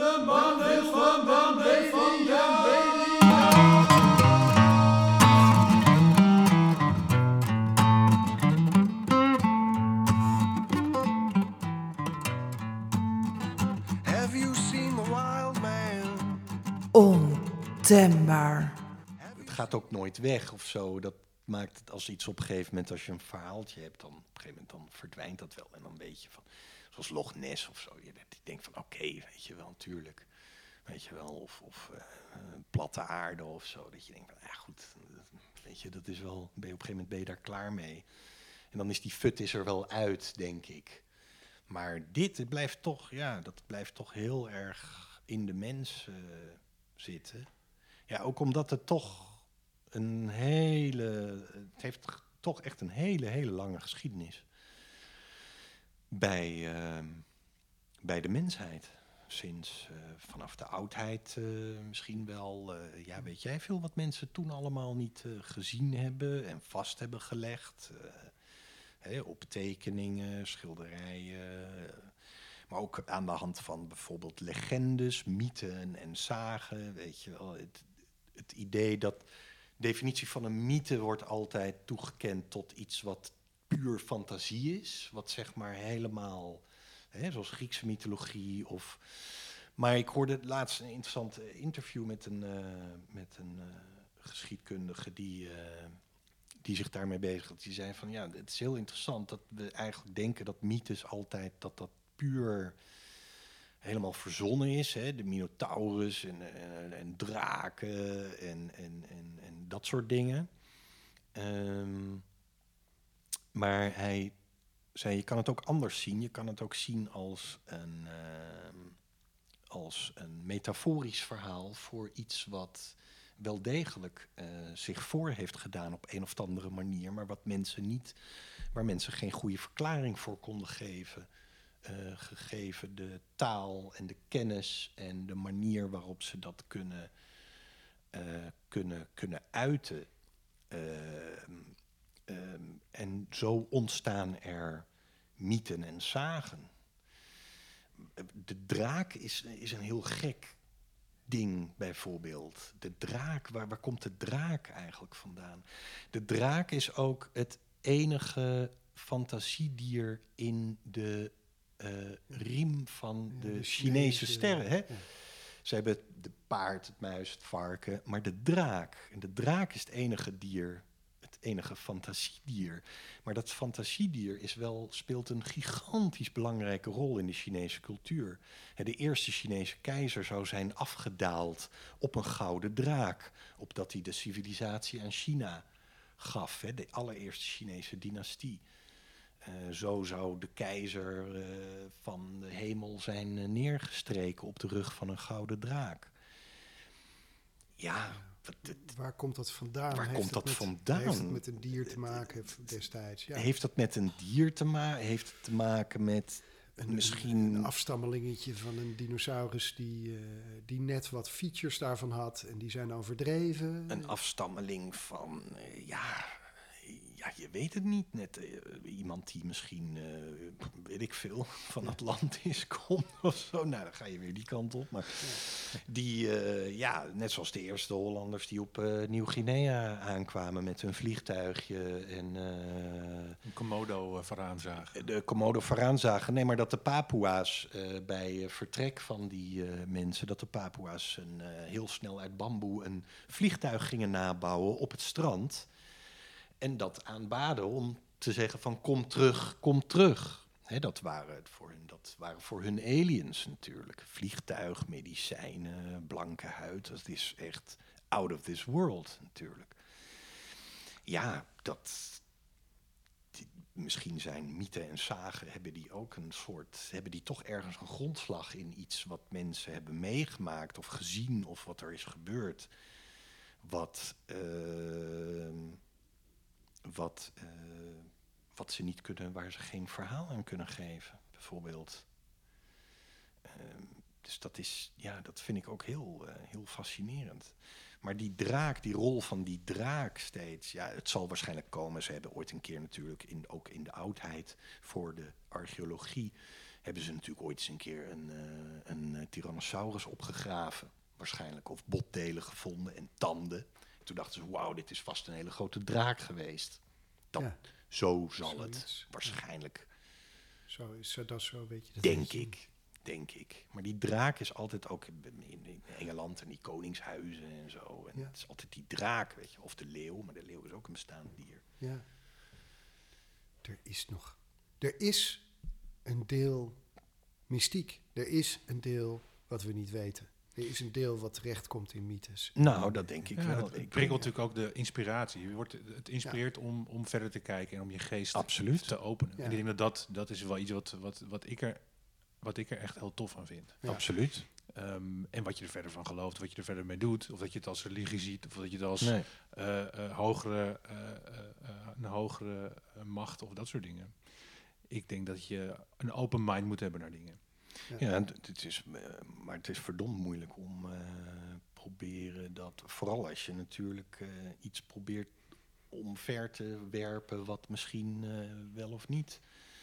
Have you seen the wild man? Ontembaar. Het gaat ook nooit weg of zo. Dat maakt het als iets op een gegeven moment, als je een verhaaltje hebt, dan op een gegeven moment dan verdwijnt dat wel. En dan weet je van, zoals Loch Ness of zo. Je denkt van oké, weet je wel, natuurlijk. Weet je wel, of platte aarde of zo. Dat je denkt van, ja goed, weet je, dat is wel, op een gegeven moment ben je daar klaar mee. En dan is die fut is er wel uit, denk ik. Maar dit blijft toch, ja, dat blijft toch heel erg in de mens zitten. Ja, ook omdat het toch het heeft toch echt een hele lange geschiedenis bij de mensheid. Sinds vanaf de oudheid misschien wel. Ja, weet jij veel wat mensen toen allemaal niet gezien hebben en vast hebben gelegd? Op tekeningen, schilderijen. Maar ook aan de hand van bijvoorbeeld legendes, mythen en sagen. Weet je wel, het idee dat definitie van een mythe wordt altijd toegekend tot iets wat puur fantasie is. Wat zeg maar helemaal, zoals Griekse mythologie of... Maar ik hoorde laatst een interessant interview met een geschiedkundige die zich daarmee bezig had. Die zei van, ja, het is heel interessant dat we eigenlijk denken dat mythes altijd dat puur helemaal verzonnen is. Hè? De Minotaurus en draken en dat soort dingen. Maar hij zei, je kan het ook anders zien. Je kan het ook zien als een metaforisch verhaal voor iets wat wel degelijk zich voor heeft gedaan op een of andere manier, maar waar mensen geen goede verklaring voor konden geven. Gegeven de taal en de kennis en de manier waarop ze dat kunnen uiten. En zo ontstaan er mythen en sagen. De draak is een heel gek ding bijvoorbeeld. De draak, waar komt de draak eigenlijk vandaan? De draak is ook het enige fantasiedier in de riem van de Chinese sterren. Hè? Ja. Ze hebben de paard, het muis, het varken, maar de draak. En de draak is het enige dier, het enige fantasiedier. Maar dat fantasiedier speelt een gigantisch belangrijke rol in de Chinese cultuur. De eerste Chinese keizer zou zijn afgedaald op een gouden draak, opdat hij de civilisatie aan China gaf, de allereerste Chinese dynastie. Zo zou de keizer van de hemel zijn neergestreken op de rug van een gouden draak. Ja, waar komt dat vandaan? Heeft het met een dier te maken destijds? Ja. Heeft dat met een dier te maken? Heeft het te maken met misschien een afstammelingetje van een dinosaurus die net wat features daarvan had en die zijn dan verdreven? Een afstammeling van, je weet het niet. Net iemand die misschien, weet ik veel, van Atlantis komt of zo. Nou, dan ga je weer die kant op. Maar die, net zoals de eerste Hollanders die op Nieuw-Guinea aankwamen met hun vliegtuigje. En een Komodo-varaanzagen. De Komodo-varaanzagen. Nee, maar dat de Papua's bij vertrek van die mensen, dat de Papua's heel snel uit bamboe een vliegtuig gingen nabouwen op het strand. En dat aanbaden om te zeggen van kom terug, kom terug. Dat waren voor hun aliens natuurlijk. Vliegtuig, medicijnen, blanke huid. Dat is echt out of this world natuurlijk. Ja, misschien zijn mythen en sagen, hebben die toch ergens een grondslag in iets wat mensen hebben meegemaakt of gezien of wat er is gebeurd. Wat ze niet kunnen, waar ze geen verhaal aan kunnen geven, bijvoorbeeld. Dus dat vind ik ook heel fascinerend. Maar die draak, die rol van die draak steeds, het zal waarschijnlijk komen. Ze hebben ooit een keer natuurlijk, ook in de oudheid, voor de archeologie, hebben ze natuurlijk ooit eens een keer een Tyrannosaurus opgegraven, waarschijnlijk. Of botdelen gevonden en tanden. Toen dachten ze, wauw, dit is vast een hele grote draak geweest. Zo zal het waarschijnlijk. Dat zo weet je dat. Denk ik. Maar die draak is altijd ook in Engeland en die koningshuizen en zo. En het is altijd die draak, weet je. Of de leeuw, maar de leeuw is ook een bestaand dier. Ja. Er is een deel mystiek. Er is een deel wat we niet weten. Er is een deel wat terechtkomt in mythes. Nou, dat denk ik wel. Het prikkelt natuurlijk ook de inspiratie. Het inspireert om verder te kijken en om je geest te openen. Ja. En ik denk dat is wel iets wat ik er echt heel tof aan vind. Ja. Absoluut. En wat je er verder van gelooft, wat je er verder mee doet. Of dat je het als religie ziet, of dat je het als een hogere macht of dat soort dingen. Ik denk dat je een open mind moet hebben naar dingen. Ja, maar het is verdomd moeilijk om proberen dat... Vooral als je natuurlijk iets probeert omver te werpen wat misschien wel of niet...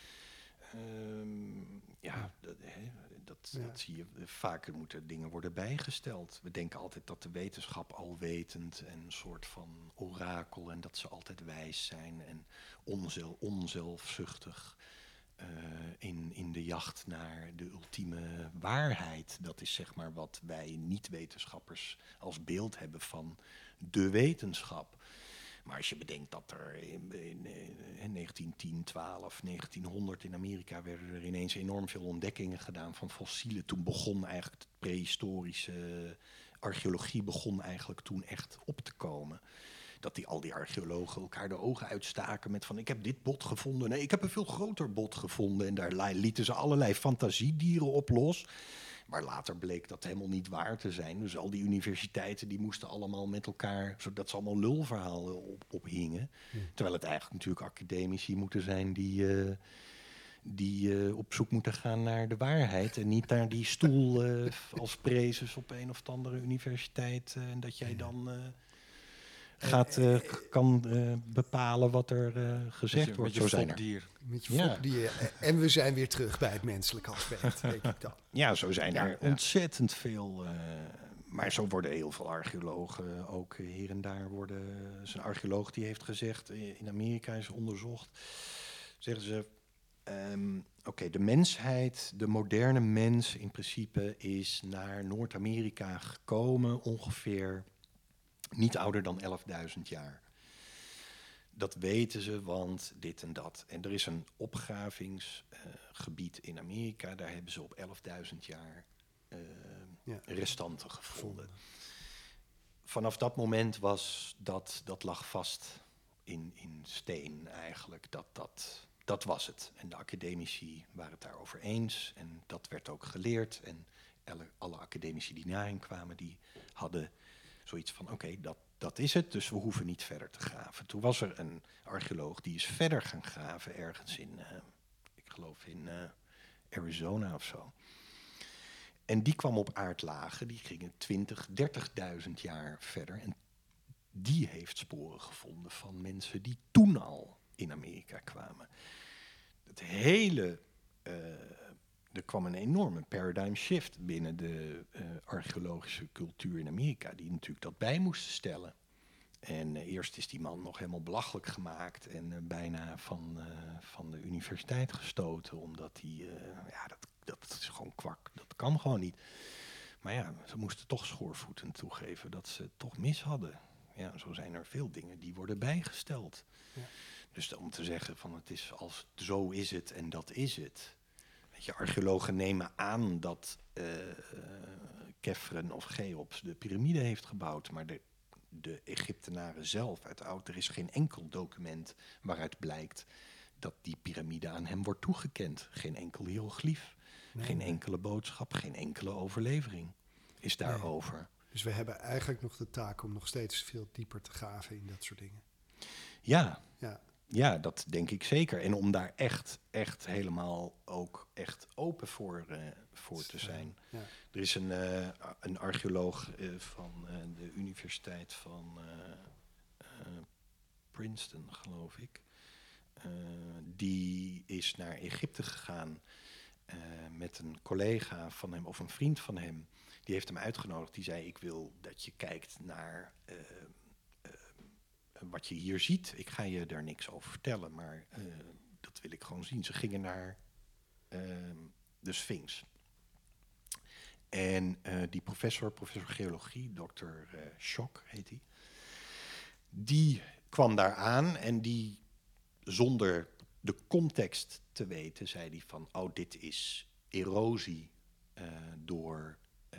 Dat zie je. Vaker moeten dingen worden bijgesteld. We denken altijd dat de wetenschap alwetend en een soort van orakel... en dat ze altijd wijs zijn en onzelfzuchtig... in de jacht naar de ultieme waarheid. Dat is zeg maar wat wij niet-wetenschappers als beeld hebben van de wetenschap. Maar als je bedenkt dat er in 1910, 12, 1900 in Amerika... werden er ineens enorm veel ontdekkingen gedaan van fossielen. Toen begon eigenlijk de prehistorische archeologie begon eigenlijk toen echt op te komen. Dat al die archeologen elkaar de ogen uitstaken met van... ik heb dit bot gevonden, nee, ik heb een veel groter bot gevonden. En daar lieten ze allerlei fantasiedieren op los. Maar later bleek dat helemaal niet waar te zijn. Dus al die universiteiten die moesten allemaal met elkaar... zodat ze allemaal lulverhalen ophingen. Terwijl het eigenlijk natuurlijk academici moeten zijn... die op zoek moeten gaan naar de waarheid. En niet naar die stoel als prezes op een of andere universiteit. En dat jij dan... kan bepalen wat er gezegd wordt. Met je fokdier. Met je fokdier. En we zijn weer terug bij het menselijke aspect, denk ik dan. Ja, zo zijn er ontzettend veel... maar zo worden heel veel archeologen ook hier en daar worden... is een archeoloog die heeft gezegd, in Amerika is onderzocht... zeggen ze, de mensheid, de moderne mens in principe... is naar Noord-Amerika gekomen ongeveer... niet ouder dan 11.000 jaar. Dat weten ze, want dit en dat. En er is een opgravingsgebied in Amerika. Daar hebben ze op 11.000 jaar restanten gevonden. Vanaf dat moment was dat lag vast in steen eigenlijk. Dat was het. En de academici waren het daarover eens. En dat werd ook geleerd. En alle academici die na hen kwamen, die hadden... zoiets van, dat is het, dus we hoeven niet verder te graven. Toen was er een archeoloog die is verder gaan graven ergens ik geloof in Arizona of zo. En die kwam op aardlagen, die gingen 30.000 jaar verder. En die heeft sporen gevonden van mensen die toen al in Amerika kwamen. Het hele... Er kwam een enorme paradigm shift binnen de archeologische cultuur in Amerika... die natuurlijk dat bij moesten stellen. En eerst is die man nog helemaal belachelijk gemaakt... en bijna van de universiteit gestoten... omdat hij... dat is gewoon kwak, dat kan gewoon niet. Maar ja, ze moesten toch schoorvoetend toegeven dat ze het toch mis hadden. Ja, zo zijn er veel dingen die worden bijgesteld. Ja. Dus om te zeggen van het is als zo is het en dat is het... Archeologen nemen aan dat Kefren of Cheops de piramide heeft gebouwd. Maar de Egyptenaren zelf uit oud, er is geen enkel document waaruit blijkt dat die piramide aan hem wordt toegekend. Geen enkel hiëroglief, geen enkele boodschap, geen enkele overlevering is daarover. Nee. Dus we hebben eigenlijk nog de taak om nog steeds veel dieper te graven in dat soort dingen. Ja, dat denk ik zeker. En om daar echt helemaal ook echt open voor te zijn. Ja. Er is een archeoloog van de Universiteit van Princeton, geloof ik. Die is naar Egypte gegaan. met een collega van hem of een vriend van hem. Die heeft hem uitgenodigd. Die zei, ik wil dat je kijkt naar wat je hier ziet. Ik ga je daar niks over vertellen, maar dat wil ik gewoon zien. Ze gingen naar de Sphinx. En die professor geologie, Dr. Schock heet hij. Die kwam daar aan en die, zonder de context te weten, zei hij van, oh, dit is erosie door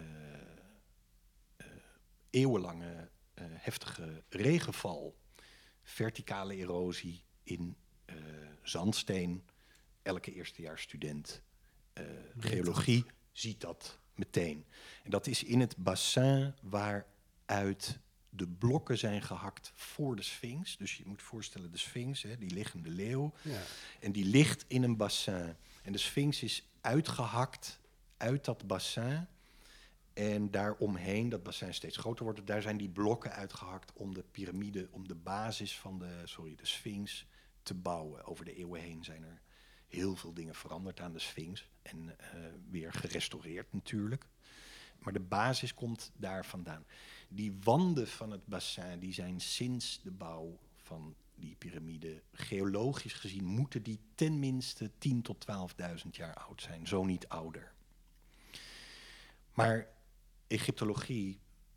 eeuwenlange heftige regenval. Verticale erosie in zandsteen. Elke eerstejaarsstudent geologie ziet dat meteen. En dat is in het bassin waaruit de blokken zijn gehakt voor de Sphinx. Dus je moet voorstellen, de Sphinx, hè, die liggende leeuw. Ja. En die ligt in een bassin. En de Sphinx is uitgehakt uit dat bassin. En daaromheen, dat bassin steeds groter wordt, daar zijn die blokken uitgehakt om de piramide, om de basis van de Sphinx te bouwen. Over de eeuwen heen zijn er heel veel dingen veranderd aan de Sphinx. En weer gerestaureerd natuurlijk. Maar de basis komt daar vandaan. Die wanden van het bassin, die zijn sinds de bouw van die piramide, geologisch gezien, moeten die tenminste 10.000 tot 12.000 jaar oud zijn. Zo niet ouder. Maar Egyptologie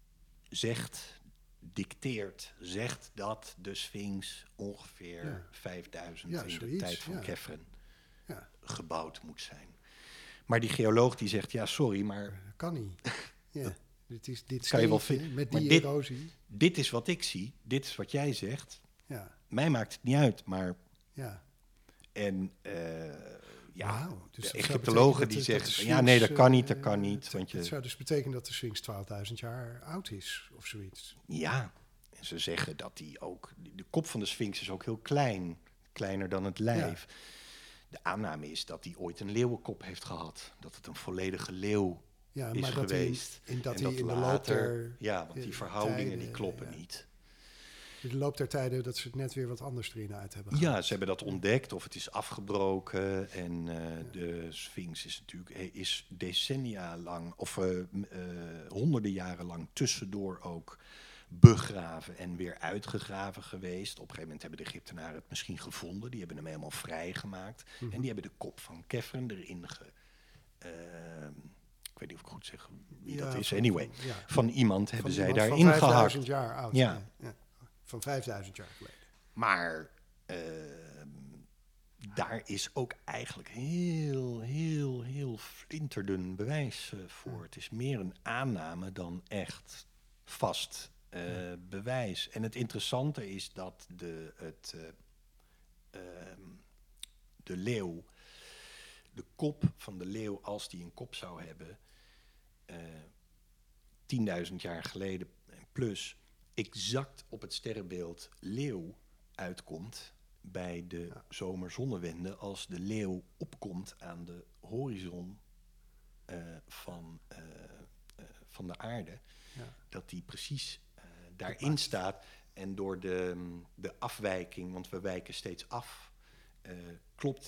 zegt dat de Sphinx ongeveer 5000 in de tijd van Khefren gebouwd moet zijn. Maar die geoloog die zegt, ja, sorry, maar... Kan niet. Ja. Dit kan je wel met die erosie. Dit is wat ik zie, dit is wat jij zegt. Ja. Mij maakt het niet uit, maar... Ja. En Dus de Egyptologen die zeggen, ja, nee, dat kan niet. Want het zou dus betekenen dat de Sphinx 12.000 jaar oud is, of zoiets. Ja, en ze zeggen dat die ook... De kop van de Sphinx is ook heel klein, kleiner dan het lijf. Ja. De aanname is dat hij ooit een leeuwenkop heeft gehad. Dat het een volledige leeuw is geweest. In de loop der... Ja, want die verhoudingen die kloppen niet. In de loop der tijden dat ze het net weer wat anders erin uit hebben gehaald. Ja, ze hebben dat ontdekt of het is afgebroken. En de Sphinx is natuurlijk decennia lang, of honderden jaren lang tussendoor ook begraven en weer uitgegraven geweest. Op een gegeven moment hebben de Egyptenaren het misschien gevonden. Die hebben hem helemaal vrijgemaakt. En die hebben de kop van Khefren erin ik weet niet of ik goed zeg wie dat is. Van iemand hebben zij daarin gehakt. Van 5000 jaar oud. Ja. Van 5000 jaar geleden. Maar daar is ook eigenlijk heel flinterdun bewijs voor. Het is meer een aanname dan echt vast bewijs. En het interessante is dat de leeuw, de kop van de leeuw, als die een kop zou hebben, 10.000 jaar geleden plus, exact op het sterrenbeeld leeuw uitkomt bij de zomerzonnewende, als de leeuw opkomt aan de horizon van de aarde, dat die precies daarin staat. En door de afwijking, want we wijken steeds af, klopt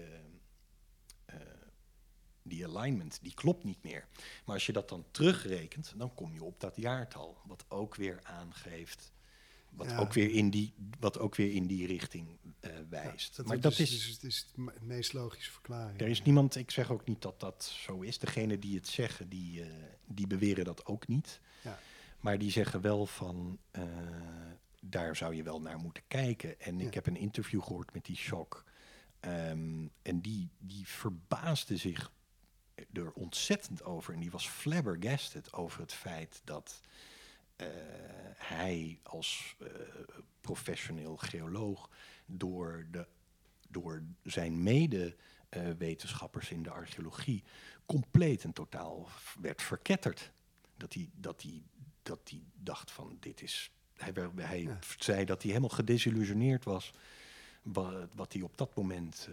die alignment, die klopt niet meer. Maar als je dat dan terugrekent, dan kom je op dat jaartal, wat ook weer aangeeft, wat ook weer in die richting wijst. Maar dat is de meest logische verklaring. Er is niemand, ik zeg ook niet dat dat zo is. Degenen die het zeggen, die beweren dat ook niet. Ja. Maar die zeggen wel van, daar zou je wel naar moeten kijken. En ik heb een interview gehoord met die Schock. En die verbaasde zich er ontzettend over. En die was flabbergasted over het feit dat hij als professioneel geoloog door zijn medewetenschappers in de archeologie compleet en totaal werd verketterd. Dat hij dacht van dit is... Hij zei dat hij helemaal gedesillusioneerd was wat hij op dat moment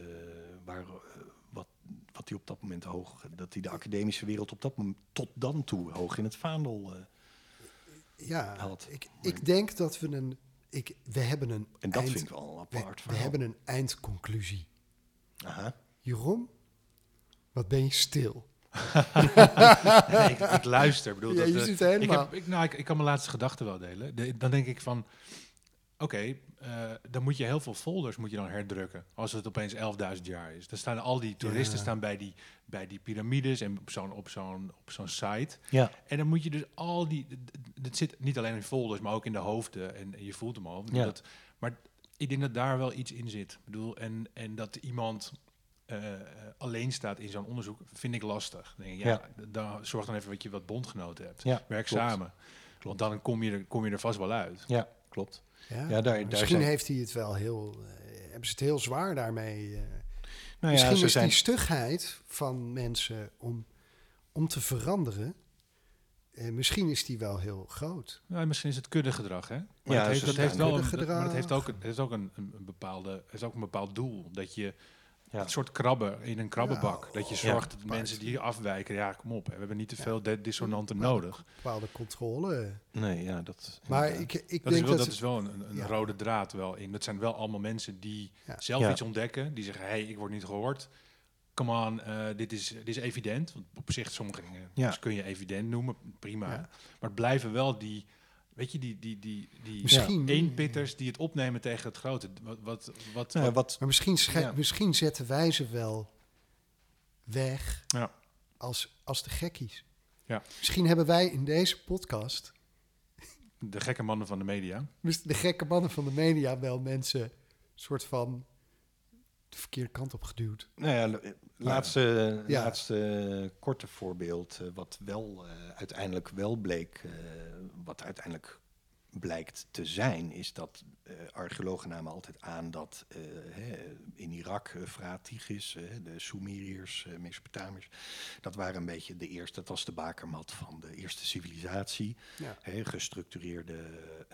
wat hij op dat moment dat hij de academische wereld op dat moment tot dan toe hoog in het vaandel had. Ik denk dat we hebben een en dat vind ik wel apart. We hebben een eindconclusie. Aha. Jeroen, Wat ben je stil. Nee, ik luister. Ik bedoel, Ja, je zit helemaal... Ik kan mijn laatste gedachten wel delen. Dan denk ik van... Oké, dan moet je heel veel folders moet je dan herdrukken. Als het opeens 11.000 jaar is. Dan staan al die toeristen staan bij die piramides en op zo'n site. Ja. En dan moet je dus al die... Het zit niet alleen in folders, maar ook in de hoofden. En je voelt hem al. Ja. Maar ik denk dat daar wel iets in zit. Ik bedoel, en dat iemand... alleen staat in zo'n onderzoek, vind ik lastig. Dan denk ik, dan zorg dan even dat je wat bondgenoten hebt. Ja, werk klopt. samen. Want dan kom je er vast wel uit. Ja, klopt. Ja, daar misschien zijn... heeft hij het wel heel... hebben ze het heel zwaar daarmee. Nou misschien ja, is die stugheid van mensen om te veranderen... misschien is die wel heel groot. Nou, misschien is het kuddegedrag, hè? Maar Ja, het heeft wel kuddegedrag. maar het heeft ook een bepaald doel. Dat je Ja. een soort krabben in een krabbenbak. Dat je zorgt dat apart. mensen die afwijken... Ja, kom op. Hè, we hebben niet te veel dissonanten Bepaalde- nodig. Bepaalde controle. Nee, ja, dat... Maar inderdaad. ik Dat denk is dat... wel een rode draad wel in. Dat zijn wel allemaal mensen die zelf Ja. iets ontdekken. Die zeggen, hey, ik word niet gehoord. Come on, dit is evident. Want op zich, sommige dingen dus kun je evident noemen. Prima. Ja. Maar het blijven wel die... Weet je, die Misschien- eenpitters die het opnemen tegen het grote. Wat Maar misschien zetten wij ze wel weg Ja. als de gekkies. Ja. Misschien hebben wij in deze podcast... De gekke mannen van de media. de gekke mannen van de media wel mensen... soort van de verkeerde kant op geduwd. Nou ja, laatste korte voorbeeld, wat wel uiteindelijk wel bleek, wat uiteindelijk blijkt te zijn, is dat archeologen namen altijd aan dat in Irak, Fraat, Tigris, de Sumeriërs, Mesopotamiërs, dat waren een beetje de eerste, dat was de bakermat van de eerste civilisatie, Ja. gestructureerde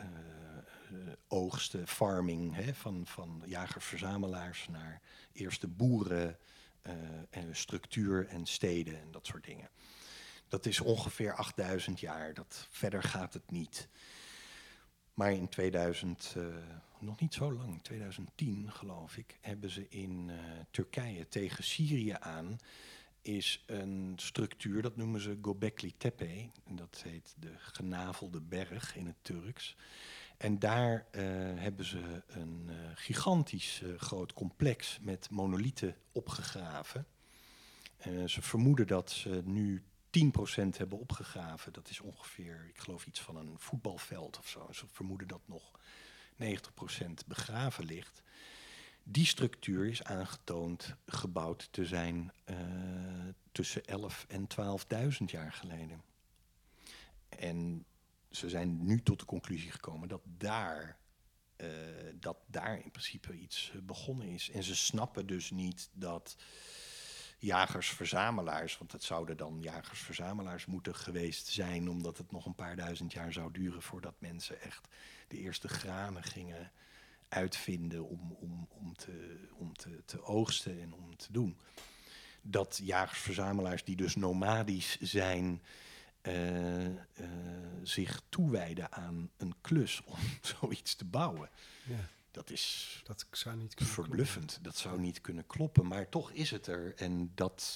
oogsten, farming, van jagers-verzamelaars naar eerste boeren, structuur en steden en dat soort dingen. Dat is ongeveer 8000 jaar, verder gaat het niet. Maar in 2000, nog niet zo lang, 2010 geloof ik, hebben ze in Turkije tegen Syrië aan, is een structuur, dat noemen ze Göbekli Tepe, en dat heet de genavelde berg in het Turks. En daar hebben ze een gigantisch groot complex met monolieten opgegraven. Ze vermoeden dat ze nu 10% hebben opgegraven. Dat is ongeveer, ik geloof iets van een voetbalveld of zo. Ze vermoeden dat nog 90% begraven ligt. Die structuur is aangetoond gebouwd te zijn tussen 11.000 en 12.000 jaar geleden. En ze zijn nu tot de conclusie gekomen dat daar in principe iets begonnen is. En ze snappen dus niet dat jagers-verzamelaars, want het zouden dan jagers-verzamelaars moeten geweest zijn, omdat het nog een paar duizend jaar zou duren voordat mensen echt de eerste granen gingen uitvinden om te oogsten en om te doen. Dat jagers-verzamelaars die dus nomadisch zijn, zich toewijden aan een klus om zoiets te bouwen. Ja. Dat zou niet kunnen verbluffend. kloppen. Dat zou niet kunnen kloppen, maar toch is het er. En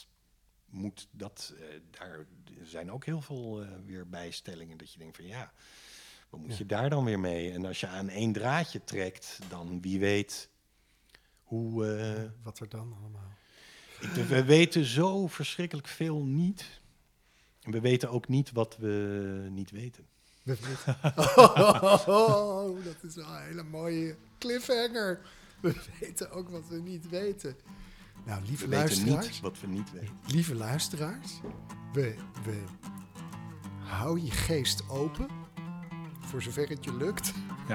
daar zijn ook heel veel weer bijstellingen dat je denkt van ja, wat moet je daar dan weer mee? En als je aan één draadje trekt, dan wie weet hoe... Wat er dan allemaal... We weten zo verschrikkelijk veel niet. We weten ook niet wat we niet weten. dat is wel een hele mooie cliffhanger. We weten ook wat we niet weten. Nou, lieve We weten luisteraars. niet wat we niet weten. Lieve luisteraars. We hou je geest open. Voor zover het je lukt. Ja.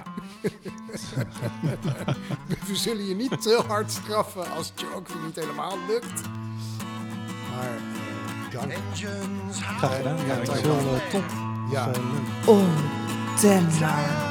We zullen je niet te hard straffen als het je ook weer niet helemaal lukt. Maar dank. Engines Graag gedaan. Ja, dank heel je. top. Ja. Leuk. Ontembaar.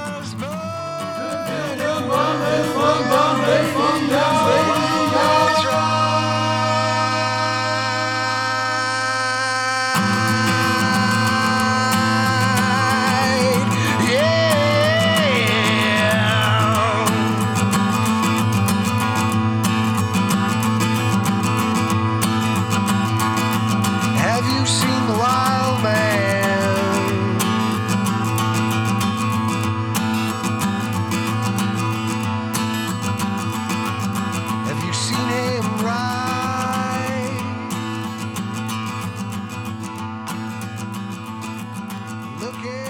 looking